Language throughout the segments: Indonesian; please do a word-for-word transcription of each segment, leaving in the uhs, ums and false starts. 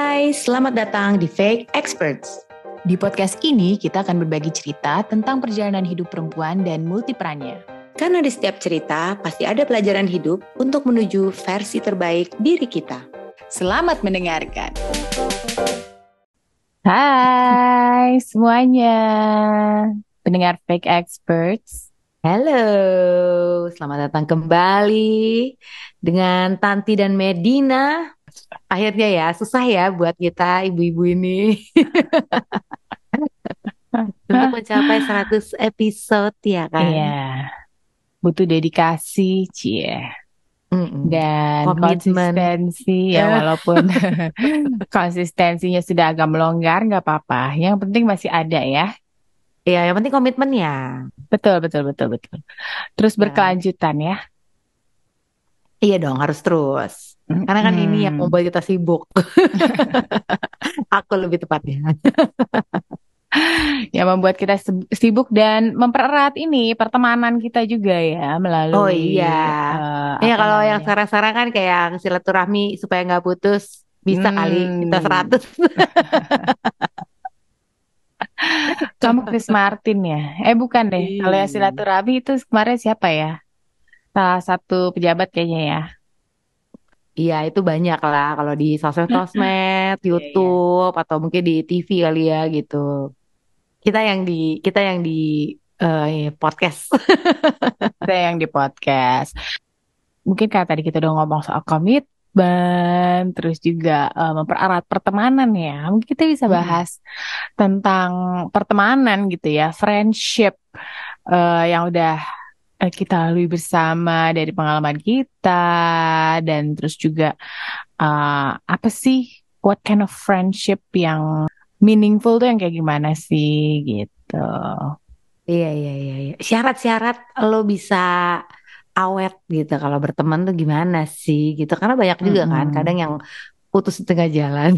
Hai, selamat datang di Fake Experts. Di podcast ini kita akan berbagi cerita tentang perjalanan hidup perempuan dan multiperannya. Karena di setiap cerita pasti ada pelajaran hidup untuk menuju versi terbaik diri kita. Selamat mendengarkan. Hai semuanya, pendengar Fake Experts. Halo, selamat datang kembali dengan Tanti dan Medina. Akhirnya ya, susah ya buat kita ibu-ibu ini untuk mencapai seratus episode ya kan. Iya, butuh dedikasi, cie. Mm-mm. Dan Komitmen. konsistensi ya, walaupun konsistensinya sudah agak melonggar, nggak apa-apa. Yang penting masih ada ya. Iya, yang penting komitmennya. Betul, betul, betul, betul. Terus Ya. berkelanjutan ya. Iya dong, harus terus. Karena kan ini yang Hmm. membuat kita sibuk. Aku lebih tepatnya. Yang membuat kita sib- sibuk dan mempererat ini pertemanan kita juga ya melalui Oh iya. eh, Iya, apa kalau yang namanya? sekarang-sekarang kan kayak silaturahmi supaya nggak putus. Bisa kali kita Hmm, seratus. kamu Chris Martin ya? Eh bukan deh. Kalau yang Ih. silaturahmi itu kemarin siapa ya? Salah satu pejabat kayaknya ya. Iya, itu banyak lah. Kalau di sosmed-sosmed, Iya, iya. YouTube, atau mungkin di T V kali ya gitu. Kita yang di kita yang di eh, podcast. Kita yang di podcast. Mungkin karena tadi kita udah ngomong soal komitmen, terus juga eh, mempererat pertemanan ya. Mungkin kita bisa Mm-mm. bahas tentang pertemanan gitu ya, friendship eh, yang udah eh, kita lalui bersama dari pengalaman kita, dan terus juga eh, apa sih, what kind of friendship yang meaningful tuh yang kayak gimana sih gitu. Iya, iya, iya, iya. Syarat-syarat lo bisa awet gitu kalau berteman tuh gimana sih gitu. Karena banyak juga kan kadang Mm-mm. yang putus di tengah jalan.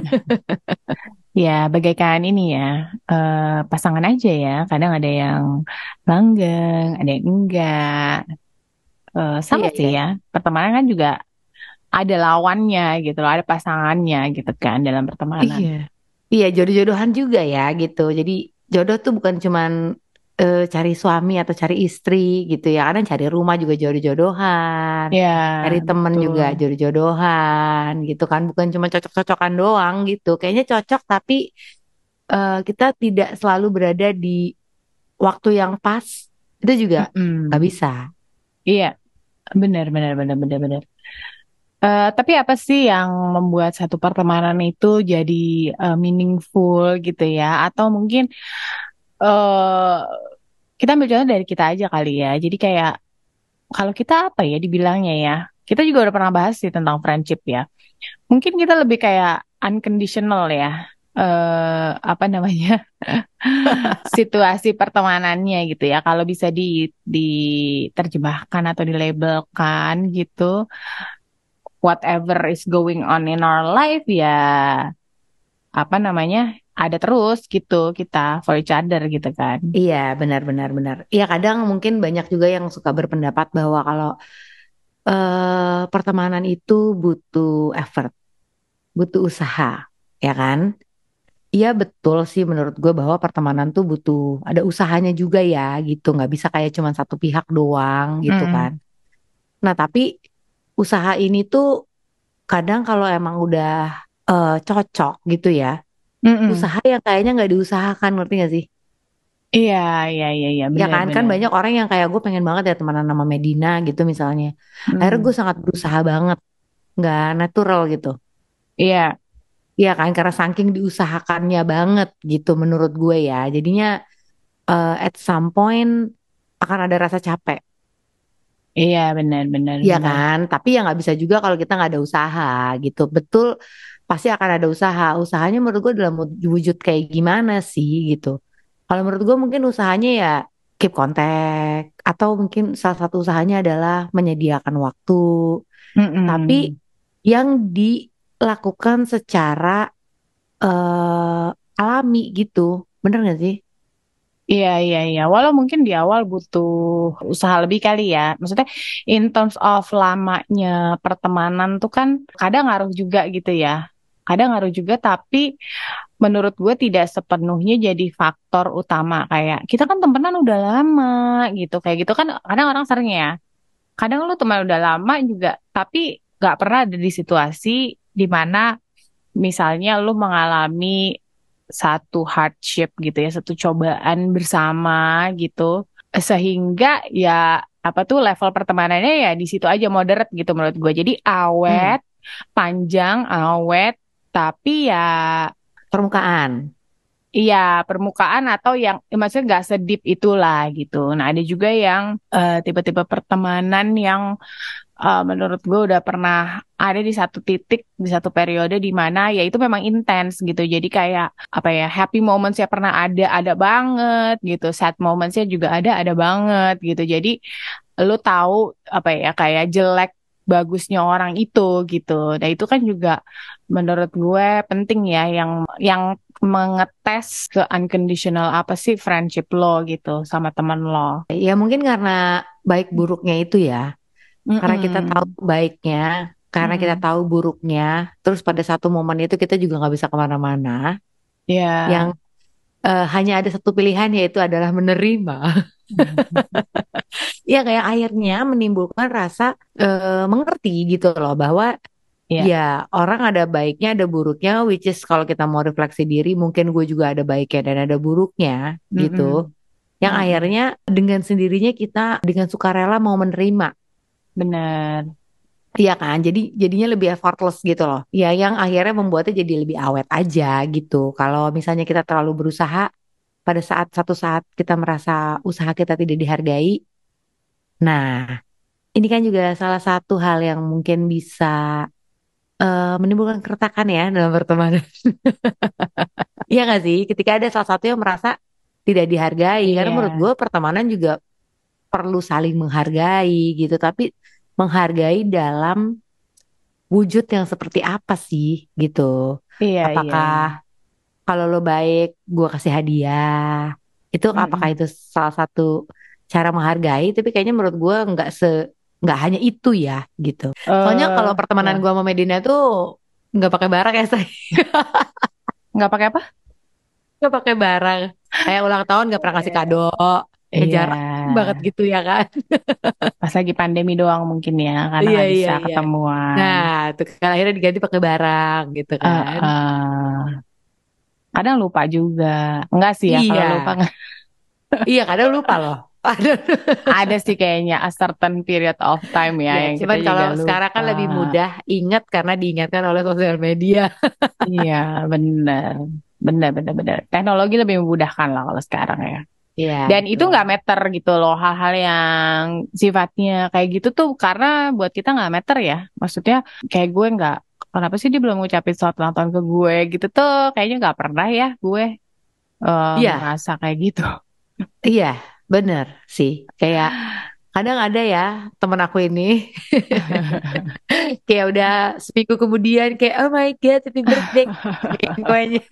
Ya, bagaikan ini ya, eh, pasangan aja ya. Kadang ada yang langgeng, ada yang enggak. Eh, sama Iya, sih iya. ya. Pertemanan kan juga ada lawannya gitu loh, ada pasangannya gitu kan dalam pertemanan. Iya. Iya, jodoh-jodohan juga ya gitu. Jadi jodoh tuh bukan cuman eh, cari suami atau cari istri gitu ya. Kadang cari rumah juga jodoh-jodohan. Ya, Cari temen juga betul. jodoh-jodohan gitu kan. Bukan cuma cocok-cocokan doang gitu. Kayaknya cocok tapi eh, kita tidak selalu berada di waktu yang pas. Itu juga nggak Mm-mm. bisa. Iya, benar, benar, benar, benar, benar. Eh, tapi apa sih yang membuat satu pertemanan itu jadi eh, meaningful gitu ya? Atau mungkin eh kita ambil contoh dari kita aja kali ya. Jadi kayak kalau kita apa ya dibilangnya ya? Kita juga udah pernah bahas sih tentang friendship ya. Mungkin kita lebih kayak unconditional ya. Eh apa namanya? Situasi pertemanannya gitu ya. Kalau bisa di diterjemahkan atau dilabelkan gitu, whatever is going on in our life ya, apa namanya, ada terus gitu kita for each other gitu kan. Iya, benar-benar benar. Iya, kadang mungkin banyak juga yang suka berpendapat bahwa kalau eh, pertemanan itu butuh effort, butuh usaha, ya kan? Iya betul sih menurut gue bahwa pertemanan tuh butuh ada usahanya juga ya gitu. Nggak bisa kayak cuma satu pihak doang gitu kan. Mm-mm. Nah tapi usaha ini tuh kadang kalau emang udah eh, cocok gitu ya. Mm-mm. Usaha yang kayaknya nggak diusahakan, ngerti gak sih? Iya, iya, iya, iya, Ya kan, kan benar-benar. banyak orang yang kayak gue pengen banget ya temenan sama Medina gitu misalnya. Akhirnya gue Mm. sangat berusaha banget, nggak natural gitu. Iya, Iya kan, karena saking diusahakannya banget gitu menurut gue ya. Jadinya eh, at some point akan ada rasa capek. iya, benar, benar, Iya benar. kan, tapi ya nggak bisa juga kalau kita nggak ada usaha gitu. Betul, pasti akan ada usaha. Usahanya menurut gue dalam wujud kayak gimana sih gitu. Kalau menurut gue mungkin usahanya ya keep kontak atau mungkin salah satu usahanya adalah menyediakan waktu. Tapi Mm-mm. yang dilakukan secara eh, alami gitu, bener gak sih? Iya, iya, iya. Walau mungkin di awal butuh usaha lebih kali ya. Maksudnya in terms of lamanya pertemanan tuh kan kadang ngaruh juga gitu ya. kadang ngaruh juga, tapi menurut gue tidak sepenuhnya jadi faktor utama. Kayak kita kan temenan udah lama gitu, kayak gitu kan kadang orang sering ya. Kadang lu teman udah lama juga, tapi gak pernah ada di situasi di mana misalnya lu mengalami satu hardship gitu ya, satu cobaan bersama gitu, sehingga ya apa tuh level pertemanannya ya di situ aja moderate gitu menurut gue. Jadi Hmm, awet, panjang, awet, tapi ya permukaan. iya permukaan atau yang ya maksudnya nggak sedip itulah gitu. Nah ada juga yang eh, tipe-tipe pertemanan yang eh, menurut gue udah pernah ada di satu titik, di satu periode di mana ya itu memang intens gitu. Jadi kayak apa ya, happy moments ya pernah ada, ada banget gitu. Sad moments ya juga ada, ada banget gitu. Jadi lu tahu apa ya, kayak jelek bagusnya orang itu gitu. Nah itu kan juga menurut gue penting ya, yang yang mengetes ke unconditional apa sih friendship lo gitu sama teman lo. Ya mungkin karena baik buruknya itu ya. Karena kita tahu Mm-mm. baiknya, karena kita Mm-mm. tahu buruknya, terus pada satu momen itu kita juga nggak bisa kemana-mana. Yang Ya. eh, hanya ada satu pilihan yaitu adalah menerima. Ya kayak akhirnya menimbulkan rasa eh, mengerti gitu loh bahwa Ya. ya orang ada baiknya ada buruknya, which is kalau kita mau refleksi diri mungkin gue juga ada baiknya dan ada buruknya gitu. Mm-mm. Yang Mm-mm. akhirnya dengan sendirinya kita dengan sukarela mau menerima. Bener. Iya kan, jadi jadinya lebih effortless gitu loh. Ya, yang akhirnya membuatnya jadi lebih awet aja gitu. Kalau misalnya kita terlalu berusaha, pada saat satu saat kita merasa usaha kita tidak dihargai. Nah, ini kan juga salah satu hal yang mungkin bisa eh, menimbulkan keretakan ya dalam pertemanan. Iya gak sih? Ketika ada salah satu yang merasa tidak dihargai. Karena menurut Iya. gue pertemanan juga perlu saling menghargai gitu. Tapi menghargai dalam wujud yang seperti apa sih gitu. Iya, iya, Apakah iya. kalau lo baik, gue kasih hadiah. Itu apakah Mm-mm. itu salah satu cara menghargai? Tapi kayaknya menurut gue nggak se nggak hanya itu ya gitu. Soalnya kalau Eh, pertemanan ya. gue sama Medina tuh nggak pakai barang ya saya, Nggak pakai apa? nggak pakai barang. Kayak ulang tahun nggak pernah kasih kado. Ya Iya. jarang banget gitu ya kan? Pas lagi pandemi doang mungkin ya, karena Iya nggak iya bisa iya. ketemuan. Nah, tuh kan akhirnya diganti pakai barang gitu Eh, kan? eh. Kadang lupa juga. Enggak sih ya, kalau Iya, lupa nggak. iya kadang lupa loh. Aduh. Ada sih kayaknya a certain period of time ya Ya, yang kita cuman kalau juga sekarang lupa. kan lebih mudah ingat karena diingatkan oleh sosial media. Iya, bener. Bener, bener, bener. Teknologi lebih memudahkan lah kalau sekarang ya. Iya, Dan itu betul. nggak meter gitu loh, hal-hal yang sifatnya kayak gitu tuh karena buat kita nggak meter ya. Maksudnya kayak gue nggak, kenapa sih dia belum ngucapin selamat ulang tahun ke gue gitu tuh, kayaknya nggak pernah ya gue eh, Iya, ngerasa kayak gitu. iya, bener sih. Kayak kadang ada ya temen aku ini kayak udah seminggu kemudian kayak oh my god happy birthday bikin kuenya.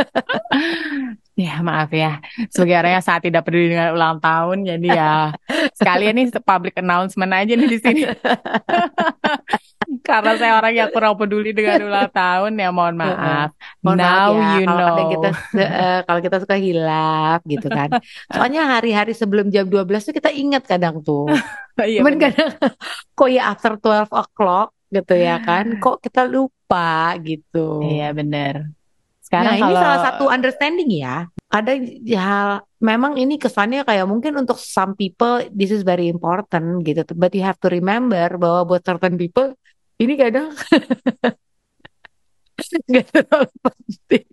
Ya maaf ya, sebagai orang yang sangat tidak peduli dengan ulang tahun, jadi ya sekalian nih public announcement aja nih di sini. Karena saya orang yang kurang peduli dengan ulang tahun, ya mohon Heeh. maaf. Mohon maaf Now ya you kalau kadang kita know. se- eh, kalau kita suka hilaf gitu kan. Soalnya hari-hari sebelum jam dua belas tuh kita ingat kadang tuh. Iya Cuman bener. kadang kok ya after twelve o'clock gitu ya kan. Kok kita lupa gitu. Iya bener. Nah, Sekarang ini kalau salah satu understanding ya. Ada hal memang ini kesannya kayak mungkin untuk some people this is very important gitu. But you have to remember bahwa buat certain people ini kadang nggak terlalu penting.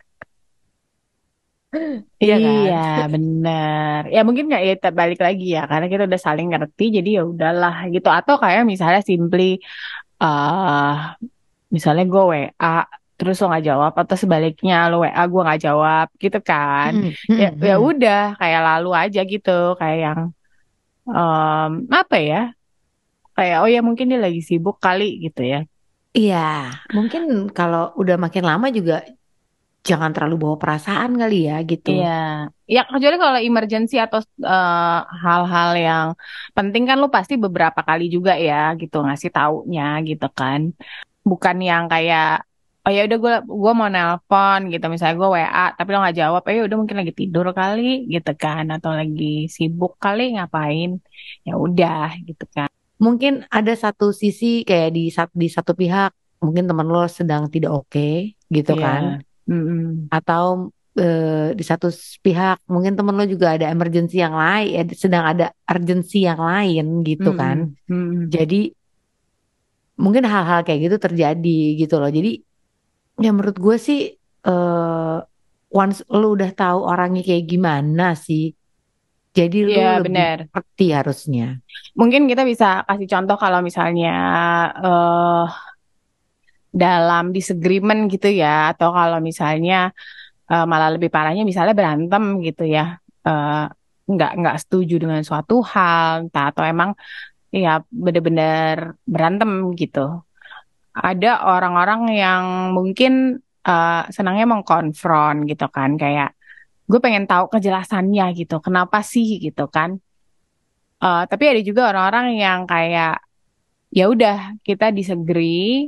Iya iya kan? bener. Ya mungkin nggak ya kita balik lagi ya, karena kita udah saling ngerti, jadi ya udahlah gitu. Atau kayak misalnya simply eh misalnya gue W A terus lo nggak jawab, atau sebaliknya lo W A gue nggak jawab gitu kan. Mm, Ya mm, ya mm. udah kayak lalu aja gitu, kayak yang em, apa ya? Kayak oh ya mungkin dia lagi sibuk kali gitu ya. Iya, mungkin kalau udah makin lama juga jangan terlalu bawa perasaan kali ya gitu. Iya, ya kecuali kalau emergency atau eh, hal-hal yang penting kan lu pasti beberapa kali juga ya gitu ngasih taunya gitu kan. Bukan yang kayak oh ya udah gue gue mau nelpon gitu, misalnya gue W A tapi lo nggak jawab, eh udah mungkin lagi tidur kali gitu kan, atau lagi sibuk kali ngapain, ya udah gitu kan. Mungkin ada satu sisi kayak di sat- di satu pihak mungkin teman lo sedang tidak oke gitu Iya. kan, Mm-mm. atau eh, di satu s- pihak mungkin temen lo juga ada emergency yang lain, ya, sedang ada urgency yang lain gitu kan. Mm-mm. Mm-mm. Jadi mungkin hal-hal kayak gitu terjadi gitu loh. Jadi ya menurut gue sih eh once lo udah tahu orangnya kayak gimana sih, jadi lu Iya lebih benar. ngerti harusnya. Mungkin kita bisa kasih contoh kalau misalnya eh dalam disagreement gitu ya, atau kalau misalnya eh, malah lebih parahnya misalnya berantem gitu ya, eh, nggak nggak setuju dengan suatu hal, entah atau emang ya bener-bener berantem gitu. Ada orang-orang yang mungkin eh, senangnya mengkonfront gitu kan, kayak gue pengen tahu kejelasannya gitu, kenapa sih gitu kan. Eh, tapi ada juga orang-orang yang kayak ya udah kita disagree,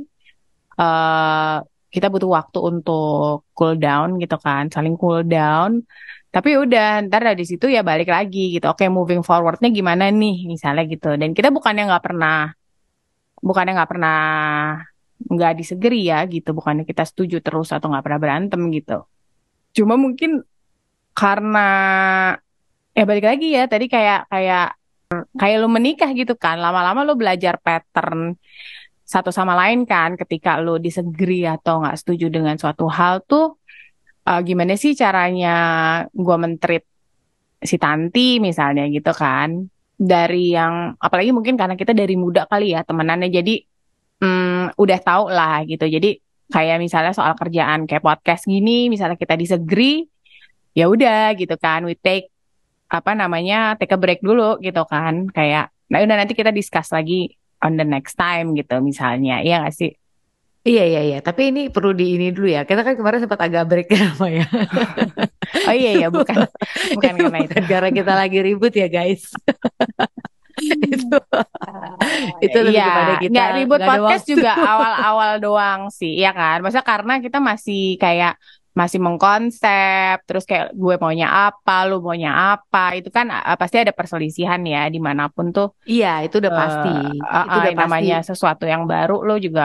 eh kita butuh waktu untuk cool down gitu kan, saling cool down. Tapi udah ntar dari situ ya balik lagi gitu. Oke, moving forwardnya gimana nih misalnya gitu. Dan kita bukannya nggak pernah, bukannya nggak pernah nggak disegeri ya gitu. Bukannya kita setuju terus atau nggak pernah berantem gitu. Cuma mungkin karena ya balik lagi ya tadi kayak kayak kayak lu menikah gitu kan. Lama-lama lu belajar pattern satu sama lain kan. Ketika lu disagree atau nggak setuju dengan suatu hal tuh, eh, gimana sih caranya gue mentreat si Tanti misalnya gitu kan. Dari yang apalagi mungkin karena kita dari muda kali ya temenannya, jadi mm, udah tahu lah gitu. Jadi kayak misalnya soal kerjaan kayak podcast gini, misalnya kita disagree, ya udah gitu kan, we take apa namanya, take a break dulu gitu kan, kayak nah udah nanti kita discuss lagi on the next time gitu misalnya, iya nggak sih? Iya iya iya, tapi ini perlu di ini dulu ya. Kita kan kemarin sempat agak break apa ya. Oh iya ya, bukan bukan Itu karena itu. bukan karena kita lagi ribut ya guys. Itu itu Iya, lebih kepada kita nggak ribut nggak ada podcast waktu. juga awal-awal doang sih, ya kan? Maksudnya karena kita masih kayak masih mengkonsep, terus kayak gue maunya apa, lu maunya apa, itu kan uh, pasti ada perselisihan ya dimanapun tuh. Iya, itu udah pasti. eh uh, Itu uh, udah pasti. namanya sesuatu yang baru, lo juga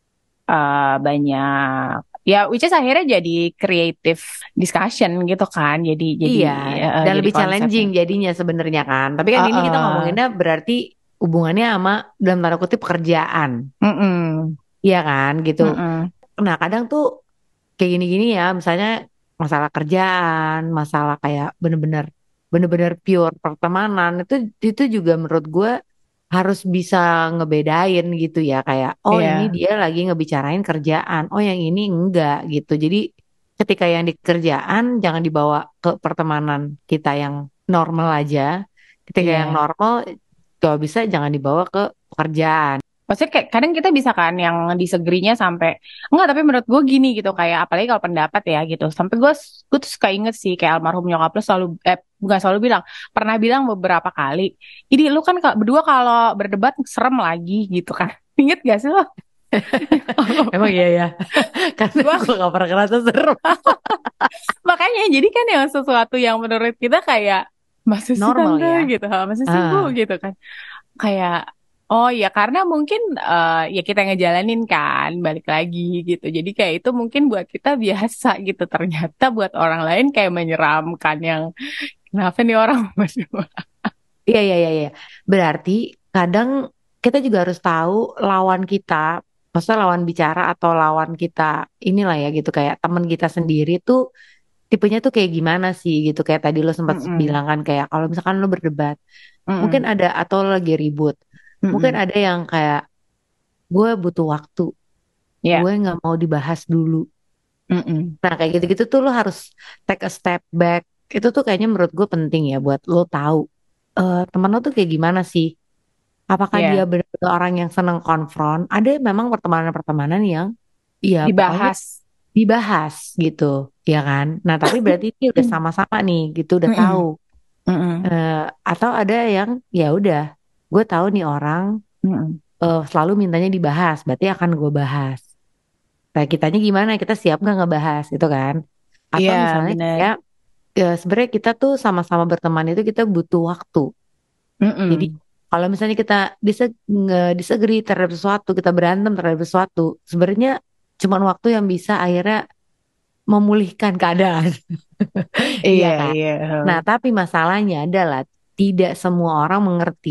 uh, banyak ya, which is akhirnya jadi creative discussion gitu kan, jadi jadi Iya, uh, dan jadi lebih konsepnya. challenging jadinya sebenarnya kan. Tapi kan Uh, ini kita uh, ngomonginnya berarti hubungannya sama dalam tanda kutip pekerjaan. mm-mm, Iya kan, gitu. mm-mm, Nah, kadang tuh kayak gini-gini ya, misalnya masalah kerjaan, masalah kayak bener-bener bener-bener pure pertemanan itu itu juga menurut gue harus bisa ngebedain gitu ya, kayak oh ini iya, dia lagi ngebicarain kerjaan, oh yang ini enggak gitu. Jadi ketika yang di kerjaan jangan dibawa ke pertemanan kita yang normal aja. Ketika yang iya. normal kalau bisa jangan dibawa ke pekerjaan. Maksudnya kayak kadang kita bisa kan yang disegrinya sampai enggak, tapi menurut gue gini gitu, kayak apalagi kalau pendapat ya gitu. Sampai gue gue tuh suka inget sih kayak almarhum nyokap lu selalu, eh bukan selalu bilang, pernah bilang beberapa kali. Jadi lu kan ka- berdua kalau berdebat serem lagi gitu kan. Ingat gak sih lo? Emang iya ya, karena Gua gue gak pernah ngerasa serem. makanya jadi kan yang sesuatu yang menurut kita kayak masa sih Normal tante ya. gitu, "Hah, masa sih bu Ah, gitu kan." Kayak oh ya karena mungkin eh, ya kita ngejalanin kan balik lagi gitu. Jadi kayak itu mungkin buat kita biasa gitu. Ternyata buat orang lain kayak menyeramkan, yang kenapa nih orang berdua. iya iya iya iya. Berarti kadang kita juga harus tahu lawan kita, maksudnya lawan bicara atau lawan kita inilah ya gitu, kayak teman kita sendiri tuh tipenya tuh kayak gimana sih gitu. Kayak tadi lo sempat Mm-mm, bilang kan kayak kalau misalkan lo berdebat, mungkin mm-mm, ada atau lo lagi ribut, mungkin mm-mm. ada yang kayak gue butuh waktu, Ya, gue nggak mau dibahas dulu. mm-mm. Nah kayak gitu-gitu tuh lo harus take a step back. Itu tuh kayaknya menurut gue penting ya buat lo tahu eh teman lo tuh kayak gimana sih. Apakah dia Ya, benar-benar orang yang senang konfront? Ada memang pertemanan-pertemanan yang ya pokoknya dibahas. dibahas gitu, ya kan? Nah tapi berarti ini udah sama-sama nih gitu, udah tahu. Mm-mm, mm-mm, Eh, atau ada yang ya udah, gue tahu nih orang mm-mm. eh, selalu mintanya dibahas, berarti akan gue bahas. Nah, kitanya gimana? Kita siap nggak ngebahas itu kan? Atau Iya, misalnya benar. kayak ya sebenarnya kita tuh sama-sama berteman itu kita butuh waktu. Jadi Mm-mm. kalau misalnya kita dise nge- disagree terhadap sesuatu, kita berantem terhadap sesuatu, sebenarnya cuman waktu yang bisa akhirnya memulihkan keadaan. Iya Iya, kan? iya. Nah, tapi masalahnya adalah tidak semua orang mengerti.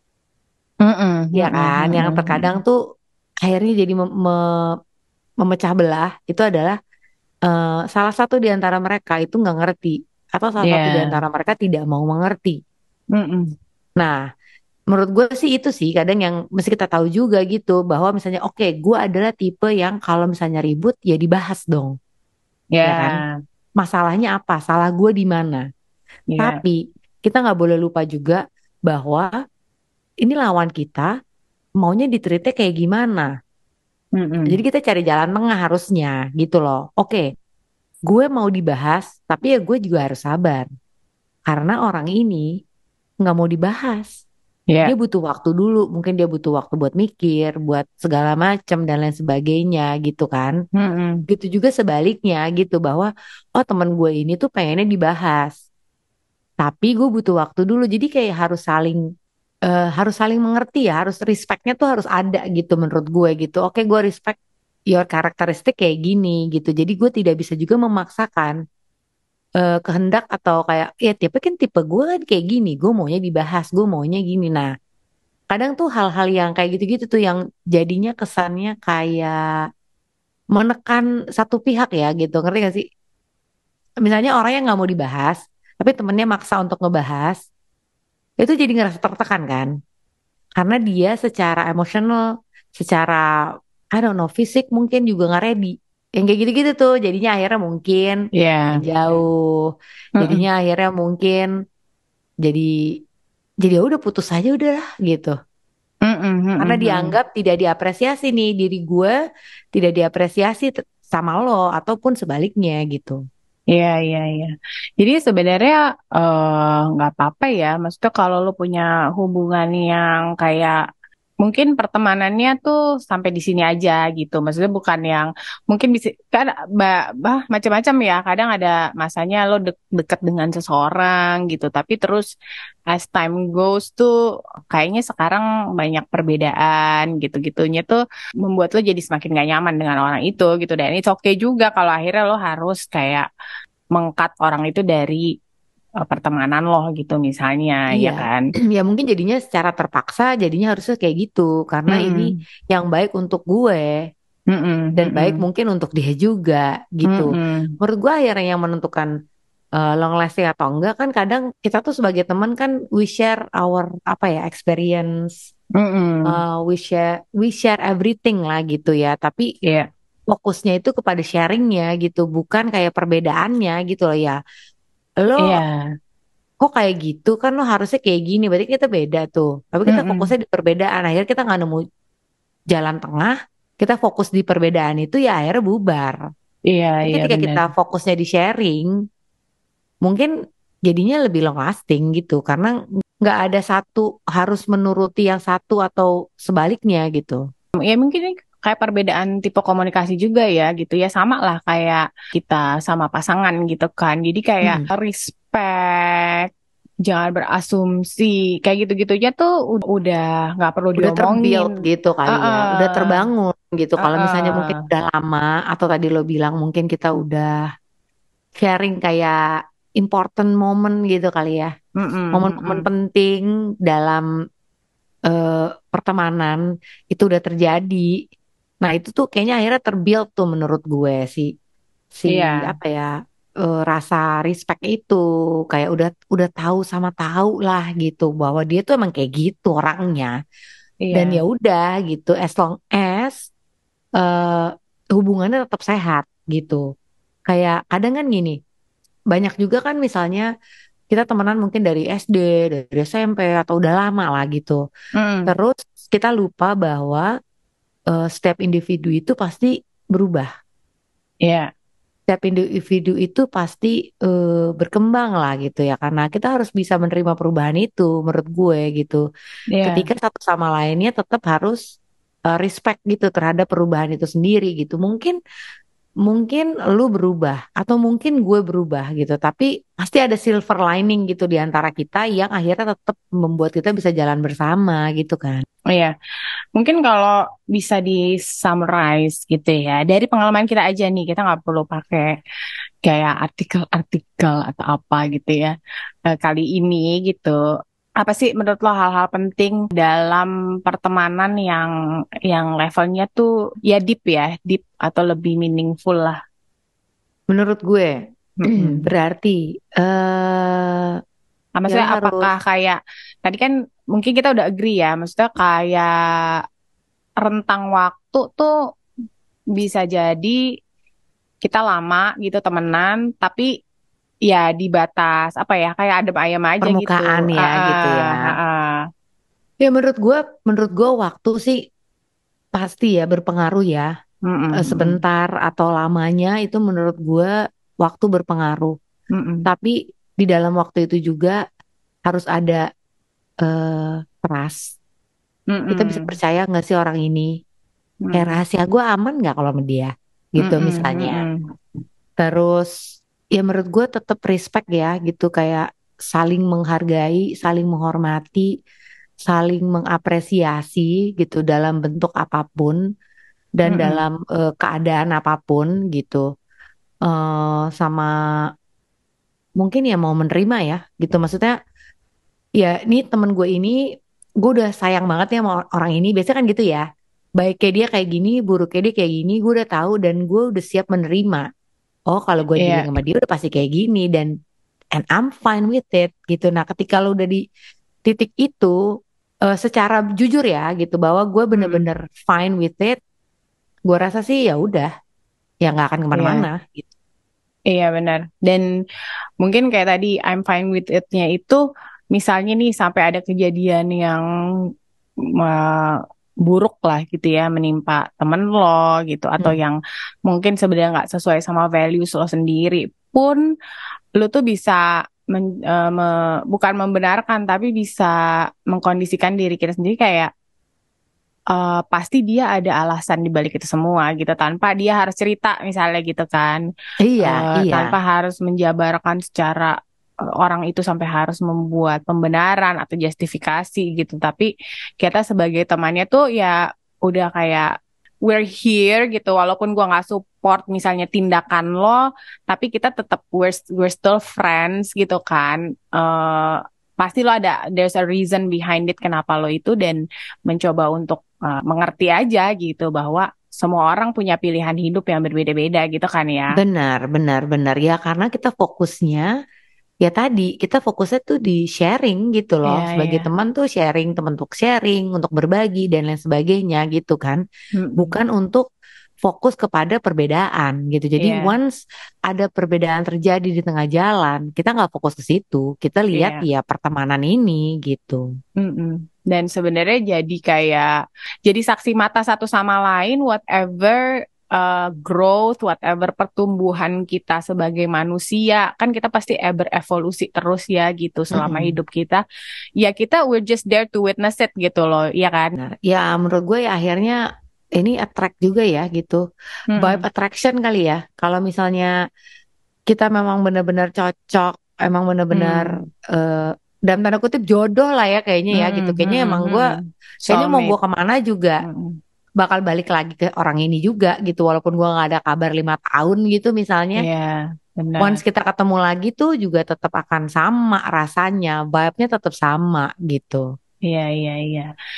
Mm-mm, Iya mm-mm, kan? Yang mm-mm, terkadang mm-mm. tuh akhirnya jadi mem- me- memecah belah itu adalah eh, salah satu di antara mereka itu nggak ngerti atau salah satu di Iya. antara mereka tidak mau mengerti. Mm-mm. Nah, menurut gue sih itu sih kadang yang mesti kita tahu juga gitu bahwa misalnya oke gue adalah tipe yang kalau misalnya ribut ya dibahas dong, ya kan? Ya, Masalahnya apa? Salah gue di mana? iya. Tapi kita nggak boleh lupa juga bahwa ini lawan kita maunya diteritnya kayak gimana. Jadi Mm-mm. kita cari jalan tengah harusnya gitu loh. Oke, gue mau dibahas, tapi ya gue juga harus sabar. Karena orang ini nggak mau dibahas. Dia Ya. butuh waktu dulu, mungkin dia butuh waktu buat mikir, buat segala macam dan lain sebagainya gitu kan. Mm-mm. Gitu juga sebaliknya gitu bahwa oh teman gue ini tuh pengennya dibahas. Tapi gue butuh waktu dulu. Jadi kayak harus saling eh, harus saling mengerti ya, harus respectnya tuh harus ada gitu menurut gue gitu. Oke, gue respect your karakteristik kayak gini gitu. Jadi gue tidak bisa juga memaksakan eh, kehendak atau kayak ya tipe kan tipe gue kan kayak gini, gue maunya dibahas, gue maunya gini. Nah, kadang tuh hal-hal yang kayak gitu-gitu tuh yang jadinya kesannya kayak menekan satu pihak ya gitu, ngerti gak sih? Misalnya orang yang nggak mau dibahas, tapi temennya maksa untuk ngebahas, itu jadi ngerasa tertekan kan? Karena dia secara emosional, secara I don't know, fisik mungkin juga nggak ready. Yang kayak gitu-gitu tuh, jadinya akhirnya mungkin Ya. menjauh, jadinya Mm-mm. akhirnya mungkin jadi jadi ya udah putus aja udah lah gitu. Mm-mm, Karena mm-mm, mm-mm. dianggap tidak diapresiasi nih diri gue tidak diapresiasi t- sama lo ataupun sebaliknya gitu. Iya, iya, iya. Jadi sebenarnya eh, nggak apa-apa ya. Maksudnya kalau lu punya hubungan yang kayak mungkin pertemanannya tuh sampai di sini aja gitu. Maksudnya bukan yang mungkin bisa kan bah, bah macam-macam ya. Kadang ada masanya lo de deket dengan seseorang gitu. Tapi terus as time goes tuh kayaknya sekarang banyak perbedaan gitu-gitunya tuh membuat lo jadi semakin gak nyaman dengan orang itu gitu. Dan it's okay juga kalau akhirnya lo harus kayak mengkat orang itu dari eh, pertemanan loh gitu misalnya Iya, ya kan. ya mungkin jadinya secara terpaksa jadinya harusnya kayak gitu karena ini Mm-mm. yang baik untuk gue Mm-mm. dan baik Mm-mm. mungkin untuk dia juga gitu. Mm-mm. Menurut gue akhirnya yang menentukan eh, long lasting atau enggak kan kadang kita tuh sebagai teman kan we share our apa ya experience, Mm-mm. eh, we share we share everything lah gitu ya. Tapi Iya, fokusnya itu kepada sharingnya gitu, bukan kayak perbedaannya gitu loh ya. Lo iya. kok kayak gitu kan lo harusnya kayak gini, berarti kita beda tuh. Tapi kita Mm-mm. fokusnya di perbedaan, akhirnya kita nggak nemu jalan tengah. Kita fokus di perbedaan itu ya akhirnya bubar. Iya, Tapi iya ketika benar. kita fokusnya di sharing, mungkin jadinya lebih long lasting gitu, karena nggak ada satu harus menuruti yang satu atau sebaliknya gitu. Ya mungkin ini kayak perbedaan tipe komunikasi juga ya gitu ya sama lah kayak kita sama pasangan gitu kan. Jadi kayak Mm-mm. respect, jangan berasumsi, kayak gitu-gitunya tuh ud- udah nggak perlu Udah diomongin. terbuild gitu kali ya, Uh-uh. udah terbangun gitu. Kalau misalnya mungkin Uh-uh. udah lama atau tadi lo bilang mungkin kita udah sharing kayak important moment gitu kali ya, Mm-mm, momen-momen mm-mm. penting dalam eh, pertemanan itu udah terjadi. Nah itu tuh kayaknya akhirnya terbuild tuh menurut gue sih si Iya, apa ya eh, rasa respect itu kayak udah udah tahu sama tahu lah gitu bahwa dia tuh emang kayak gitu orangnya dan ya iya, udah gitu as long as eh, hubungannya tetap sehat gitu. Kayak kadang kan gini, banyak juga kan misalnya kita temenan mungkin dari S D, dari S M P atau udah lama lah gitu. mm, Terus kita lupa bahwa eh, setiap individu itu pasti berubah. iya, Setiap individu itu pasti eh, berkembang lah gitu ya. Karena kita harus bisa menerima perubahan itu menurut gue gitu. iya, Ketika satu sama lainnya tetap harus uh, respect gitu terhadap perubahan itu sendiri gitu. Mungkin mungkin lu berubah atau mungkin gue berubah gitu, tapi pasti ada silver lining gitu di antara kita yang akhirnya tetap membuat kita bisa jalan bersama gitu kan. Oh iya, mungkin kalau bisa di summarize gitu ya, dari pengalaman kita aja nih, kita nggak perlu pakai kayak artikel-artikel atau apa gitu ya. Eh, kali ini gitu. Apa sih menurut lo hal-hal penting dalam pertemanan yang yang levelnya tuh ya deep ya, deep atau lebih meaningful lah. Menurut gue Mm-mm. berarti eh Nah, kita maksudnya harus apakah kayak tadi kan mungkin kita udah agree ya, maksudnya kayak rentang waktu tuh bisa jadi kita lama gitu temenan, tapi ya di batas apa ya kayak adem ayam aja gitu. permukaan Ah, ya gitu ya. ah, ah, ah. Ya menurut gue, menurut gue waktu sih pasti ya berpengaruh ya. Eh, Mm-mm, mm-mm, Sebentar atau lamanya itu menurut gue waktu berpengaruh. mm-mm, Tapi di dalam waktu itu juga harus ada eh, trust. Kita bisa mm-mm, percaya nggak sih orang ini? Kayak mm-mm, rahasia gue aman nggak kalau sama dia? Gitu mm-mm, misalnya. mm-mm, Terus ya menurut gue tetap respect ya gitu kayak saling menghargai, saling menghormati, saling mengapresiasi gitu dalam bentuk apapun dan mm-mm, dalam eh, keadaan apapun gitu. Eh sama mungkin ya mau menerima ya gitu. Maksudnya ya ini temen gue ini gue udah sayang banget ya sama orang ini. Biasanya kan gitu ya. Baiknya dia kayak gini, buruknya dia kayak gini, gue udah tahu dan gue udah siap menerima. Oh, kalau gue dealing iya, sama dia udah pasti kayak gini dan and I'm fine with it gitu. Nah, ketika lo udah di titik itu eh, secara jujur ya gitu bahwa gue mm, bener-bener fine with it, gue rasa sih ya udah ya nggak akan kemana-mana iya, gitu. iya benar. Dan mungkin kayak tadi I'm fine with it-nya itu misalnya nih sampai ada kejadian yang eh, buruk lah gitu ya menimpa temen lo gitu atau Hmm. yang mungkin sebenarnya nggak sesuai sama values lo sendiri pun lu tuh bisa men- eh, me- bukan membenarkan tapi bisa mengkondisikan diri kita sendiri kayak eh, pasti dia ada alasan di balik itu semua gitu tanpa dia harus cerita misalnya gitu kan. Iya, Eh, iya, tanpa harus menjabarkan secara eh, orang itu sampai harus membuat pembenaran atau justifikasi gitu tapi kita sebagai temannya tuh ya udah kayak we're here gitu walaupun gua nggak support misalnya tindakan lo tapi kita tetap we're, we're still friends gitu kan. Eh, pasti lo ada there's a reason behind it kenapa lo itu dan mencoba untuk uh, mengerti aja gitu bahwa semua orang punya pilihan hidup yang berbeda-beda gitu kan ya. benar, benar, benar ya karena kita fokusnya ya tadi kita fokusnya tuh di sharing gitu loh Iya, sebagai iya. teman tuh sharing teman untuk sharing untuk berbagi dan lain sebagainya gitu kan Mm-mm. bukan untuk fokus kepada perbedaan gitu jadi Iya, once ada perbedaan terjadi di tengah jalan kita nggak fokus ke situ kita lihat iya. ya pertemanan ini gitu. Mm-mm. Dan sebenarnya jadi kayak jadi saksi mata satu sama lain whatever uh, growth, whatever pertumbuhan kita sebagai manusia, kan kita pasti e- berevolusi terus ya gitu selama Mm-mm. hidup kita. Ya kita we're just there to witness it gitu loh, ya kan? Nah, ya menurut gue ya akhirnya ini attract juga ya gitu vibe Mm-mm. attraction kali ya kalau misalnya kita memang benar-benar cocok, emang benar-benar Mm. eh, dalam tanda kutip jodoh lah ya kayaknya ya gitu. Mm-mm. Kayaknya emang Mm-mm. gue, Mm-mm. kayaknya mau gue Soulmate. kemana juga Mm-mm. bakal balik lagi ke orang ini juga gitu. Walaupun gue nggak ada kabar lima tahun gitu misalnya. Iya, Once benar. kita ketemu lagi tuh juga tetap akan sama rasanya, vibe-nya tetap sama gitu. Iya, iya, iya.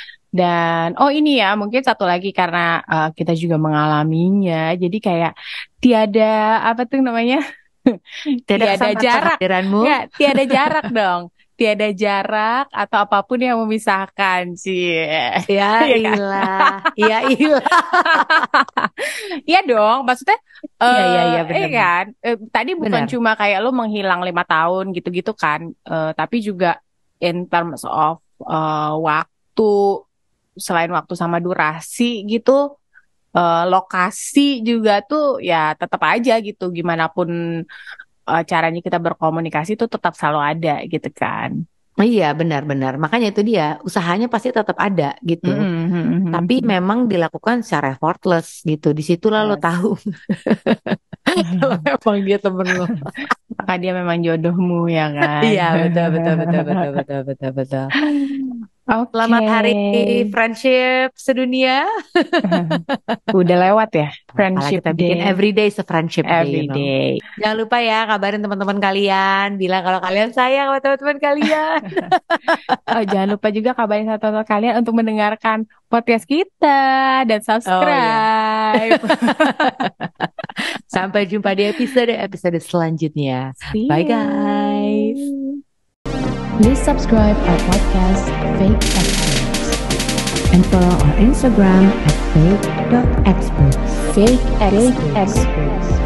Dan oh ini ya mungkin satu lagi karena uh, kita juga mengalaminya. Jadi kayak tiada apa tuh namanya? Tidak Tiada kesan tanpa jarak. kehadiranmu. Nggak, tiada jarak dong. Tiada jarak atau apapun yang memisahkan sih. Ya Iya kan? ilah, ya ilah. Iya dong, maksudnya Iya, iya, eh iya eh benar, kan, eh, tadi bukan benar. cuma kayak lu menghilang lima tahun gitu-gitu kan, eh, tapi juga in terms of eh, waktu, selain waktu sama durasi gitu, eh, lokasi juga tuh ya tetap aja gitu, gimana pun eh, caranya kita berkomunikasi tuh tetap selalu ada gitu kan. Iya benar-benar. Makanya itu dia, usahanya pasti tetap ada gitu. Tapi Mm-mm. memang dilakukan secara effortless gitu. Disitulah lo Yes. tahu kalau memang dia temen lo. Maka dia memang jodohmu ya kan. Iya betul betul betul betul betul betul betul. Oke. Selamat Hari Friendship Sedunia. Udah lewat ya Apalah Friendship kita bikin Day everyday is a friendship day, you every know. day. Jangan lupa ya kabarin teman-teman kalian, bilang kalau kalian sayang sama teman-teman kalian. Oh, jangan lupa juga kabarin satu-satu kalian untuk mendengarkan podcast kita dan Oh iya. subscribe. Sampai jumpa di episode-episode selanjutnya. See Bye guys. you. Please subscribe our podcast Fake Experts and follow our Instagram at fake dot experts. Fake experts.